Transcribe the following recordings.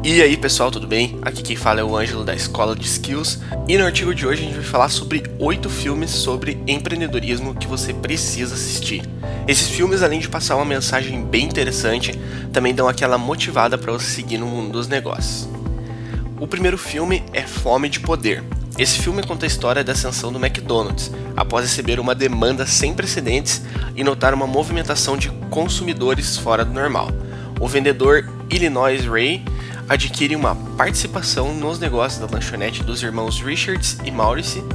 E aí pessoal, tudo bem? Aqui quem fala é o Ângelo da Escola de Skills e no artigo de hoje a gente vai falar sobre 8 filmes sobre empreendedorismo que você precisa assistir. Esses filmes, além de passar uma mensagem bem interessante, também dão aquela motivada para você seguir no mundo dos negócios. O primeiro filme é Fome de Poder. Esse filme conta a história da ascensão do McDonald's, após receber uma demanda sem precedentes e notar uma movimentação de consumidores fora do normal. O vendedor Illinois Ray adquire uma participação nos negócios da lanchonete dos irmãos Richards e Maurice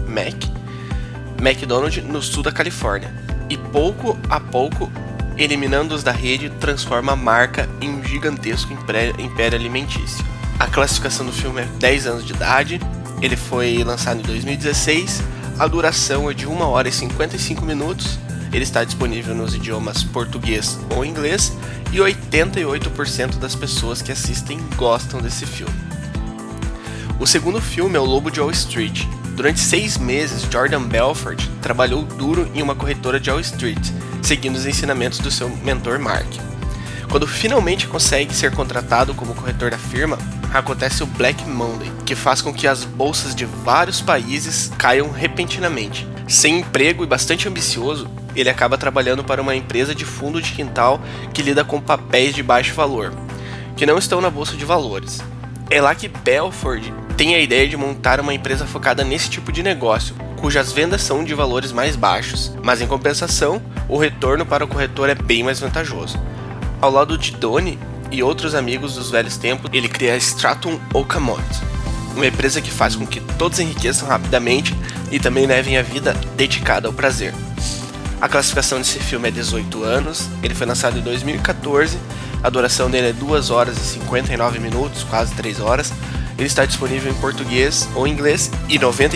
McDonald no sul da Califórnia, e pouco a pouco, eliminando-os da rede, transforma a marca em um gigantesco império alimentício. A classificação do filme é 10 anos de idade, ele foi lançado em 2016, a duração é de 1 hora e 55 minutos, ele está disponível nos idiomas português ou inglês, e 88% das pessoas que assistem gostam desse filme. O segundo filme é O Lobo de Wall Street. Durante 6 meses, Jordan Belfort trabalhou duro em uma corretora de Wall Street, seguindo os ensinamentos do seu mentor Mark. Quando finalmente consegue ser contratado como corretor da firma, acontece o Black Monday, que faz com que as bolsas de vários países caiam repentinamente. Sem emprego e bastante ambicioso, ele acaba trabalhando para uma empresa de fundo de quintal que lida com papéis de baixo valor, que não estão na bolsa de valores. É lá que Belfort tem a ideia de montar uma empresa focada nesse tipo de negócio, cujas vendas são de valores mais baixos, mas em compensação, o retorno para o corretor é bem mais vantajoso. Ao lado de Donnie e outros amigos dos velhos tempos, ele cria a Stratton Oakmont, uma empresa que faz com que todos enriqueçam rapidamente e também levem a vida dedicada ao prazer. A classificação desse filme é 18 anos, ele foi lançado em 2014, a duração dele é 2 horas e 59 minutos, quase 3 horas, ele está disponível em português ou inglês e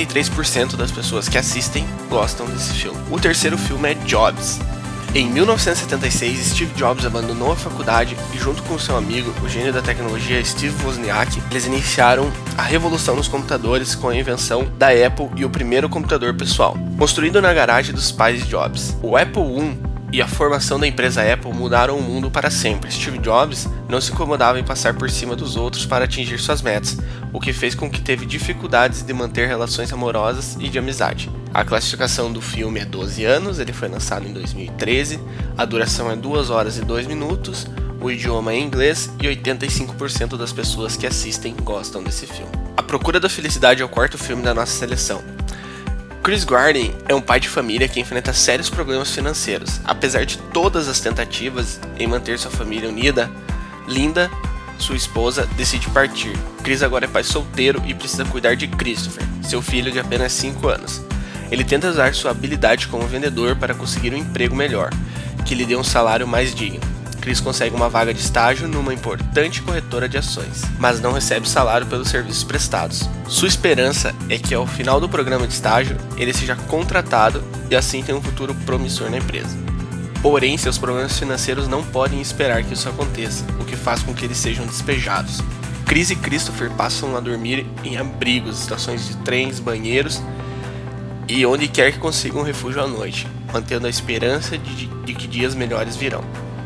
93% das pessoas que assistem gostam desse filme. O terceiro filme é Jobs. Em 1976, Steve Jobs abandonou a faculdade e, junto com seu amigo, o gênio da tecnologia Steve Wozniak, eles iniciaram a revolução nos computadores com a invenção da Apple e o primeiro computador pessoal, construído na garagem dos pais de Jobs. O Apple I e a formação da empresa Apple mudaram o mundo para sempre. Steve Jobs não se incomodava em passar por cima dos outros para atingir suas metas, o que fez com que teve dificuldades de manter relações amorosas e de amizade. A classificação do filme é 12 anos, ele foi lançado em 2013, a duração é 2 horas e 2 minutos, o idioma é inglês e 85% das pessoas que assistem gostam desse filme. A Procura da Felicidade é o quarto filme da nossa seleção. Chris Gardner é um pai de família que enfrenta sérios problemas financeiros. Apesar de todas as tentativas em manter sua família unida, Linda, sua esposa, decide partir. Chris agora é pai solteiro e precisa cuidar de Christopher, seu filho de apenas 5 anos. Ele tenta usar sua habilidade como vendedor para conseguir um emprego melhor, que lhe dê um salário mais digno. Chris consegue uma vaga de estágio numa importante corretora de ações, mas não recebe salário pelos serviços prestados. Sua esperança é que ao final do programa de estágio, ele seja contratado e assim tenha um futuro promissor na empresa. Porém, seus problemas financeiros não podem esperar que isso aconteça, o que faz com que eles sejam despejados. Chris e Christopher passam a dormir em abrigos, estações de trens, banheiros e onde quer que consigam um refúgio à noite, mantendo a esperança de que dias melhores virão.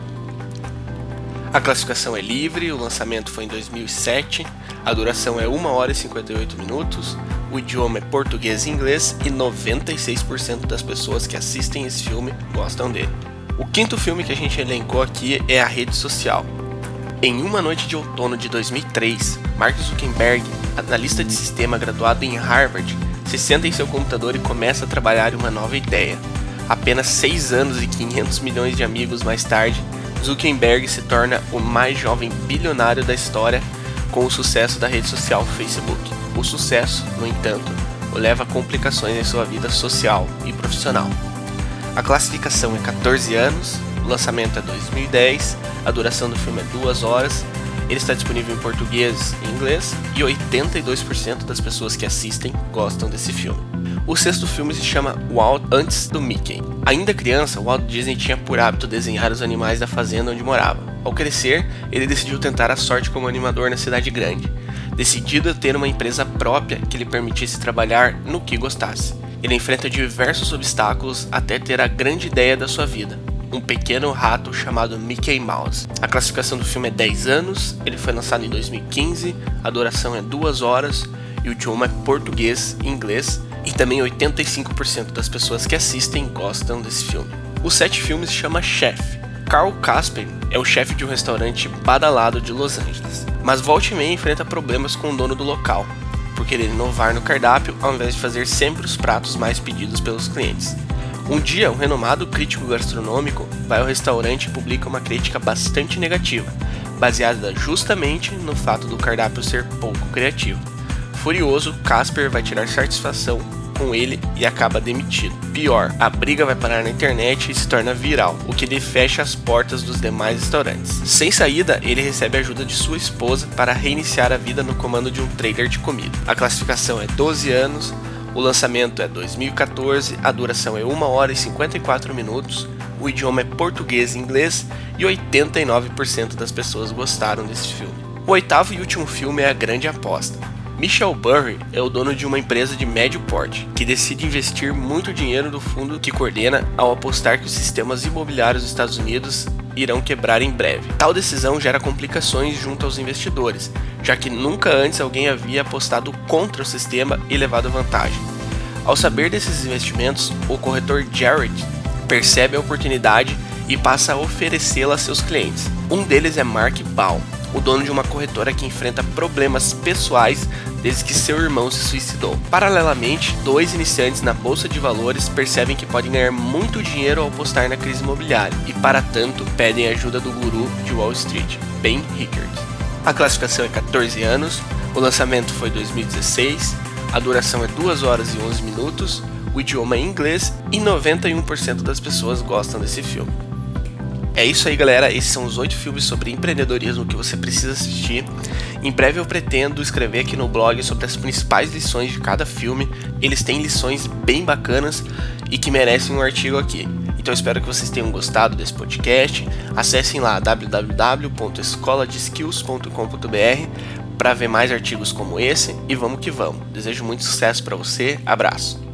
A classificação é livre, o lançamento foi em 2007, a duração é 1 hora e 58 minutos, o idioma é português e inglês e 96% das pessoas que assistem esse filme gostam dele. O quinto filme que a gente elencou aqui é A Rede Social. Em uma noite de outono de 2003, Mark Zuckerberg, analista de sistema graduado em Harvard, se senta em seu computador e começa a trabalhar em uma nova ideia. Apenas 6 anos e 500 milhões de amigos mais tarde, Zuckerberg se torna o mais jovem bilionário da história com o sucesso da rede social Facebook. O sucesso, no entanto, o leva a complicações em sua vida social e profissional. A classificação é 14 anos, o lançamento é 2010, a duração do filme é 2 horas, ele está disponível em português e inglês e 82% das pessoas que assistem gostam desse filme. O sexto filme se chama Walt antes do Mickey. Ainda criança, Walt Disney tinha por hábito desenhar os animais da fazenda onde morava. Ao crescer, ele decidiu tentar a sorte como animador na cidade grande, decidido a ter uma empresa própria que lhe permitisse trabalhar no que gostasse. Ele enfrenta diversos obstáculos até ter a grande ideia da sua vida, um pequeno rato chamado Mickey Mouse. A classificação do filme é 10 anos, ele foi lançado em 2015, a duração é 2 horas e o idioma é português e inglês, e também 85% das pessoas que assistem gostam desse filme. O set filme se chama Chef. Carl Casper é o chefe de um restaurante badalado de Los Angeles, mas volta e meia enfrenta problemas com o dono do local, por querer inovar no cardápio ao invés de fazer sempre os pratos mais pedidos pelos clientes. Um dia, um renomado crítico gastronômico vai ao restaurante e publica uma crítica bastante negativa, baseada justamente no fato do cardápio ser pouco criativo. Furioso, Casper vai tirar satisfação com ele e acaba demitido. Pior, a briga vai parar na internet e se torna viral, o que lhe fecha as portas dos demais restaurantes. Sem saída, ele recebe a ajuda de sua esposa para reiniciar a vida no comando de um trailer de comida. A classificação é 12 anos, o lançamento é 2014, a duração é 1 hora e 54 minutos, o idioma é português e inglês e 89% das pessoas gostaram desse filme. O oitavo e último filme é A Grande Aposta. Michael Burry é o dono de uma empresa de médio porte, que decide investir muito dinheiro do fundo que coordena ao apostar que os sistemas imobiliários dos Estados Unidos irão quebrar em breve. Tal decisão gera complicações junto aos investidores, já que nunca antes alguém havia apostado contra o sistema e levado vantagem. Ao saber desses investimentos, o corretor Jared percebe a oportunidade e passa a oferecê-la a seus clientes. Um deles é Mark Baum, o dono de uma corretora que enfrenta problemas pessoais desde que seu irmão se suicidou. Paralelamente, 2 iniciantes na bolsa de valores percebem que podem ganhar muito dinheiro ao apostar na crise imobiliária e, para tanto, pedem ajuda do guru de Wall Street, Ben Rickert. A classificação é 14 anos, o lançamento foi em 2016, a duração é 2 horas e 11 minutos, o idioma é inglês e 91% das pessoas gostam desse filme. É isso aí, galera, esses são os 8 filmes sobre empreendedorismo que você precisa assistir. Em breve eu pretendo escrever aqui no blog sobre as principais lições de cada filme. Eles têm lições bem bacanas e que merecem um artigo aqui. Então eu espero que vocês tenham gostado desse podcast. Acessem lá www.escoladeskills.com.br para ver mais artigos como esse e vamos que vamos. Desejo muito sucesso para você, abraço!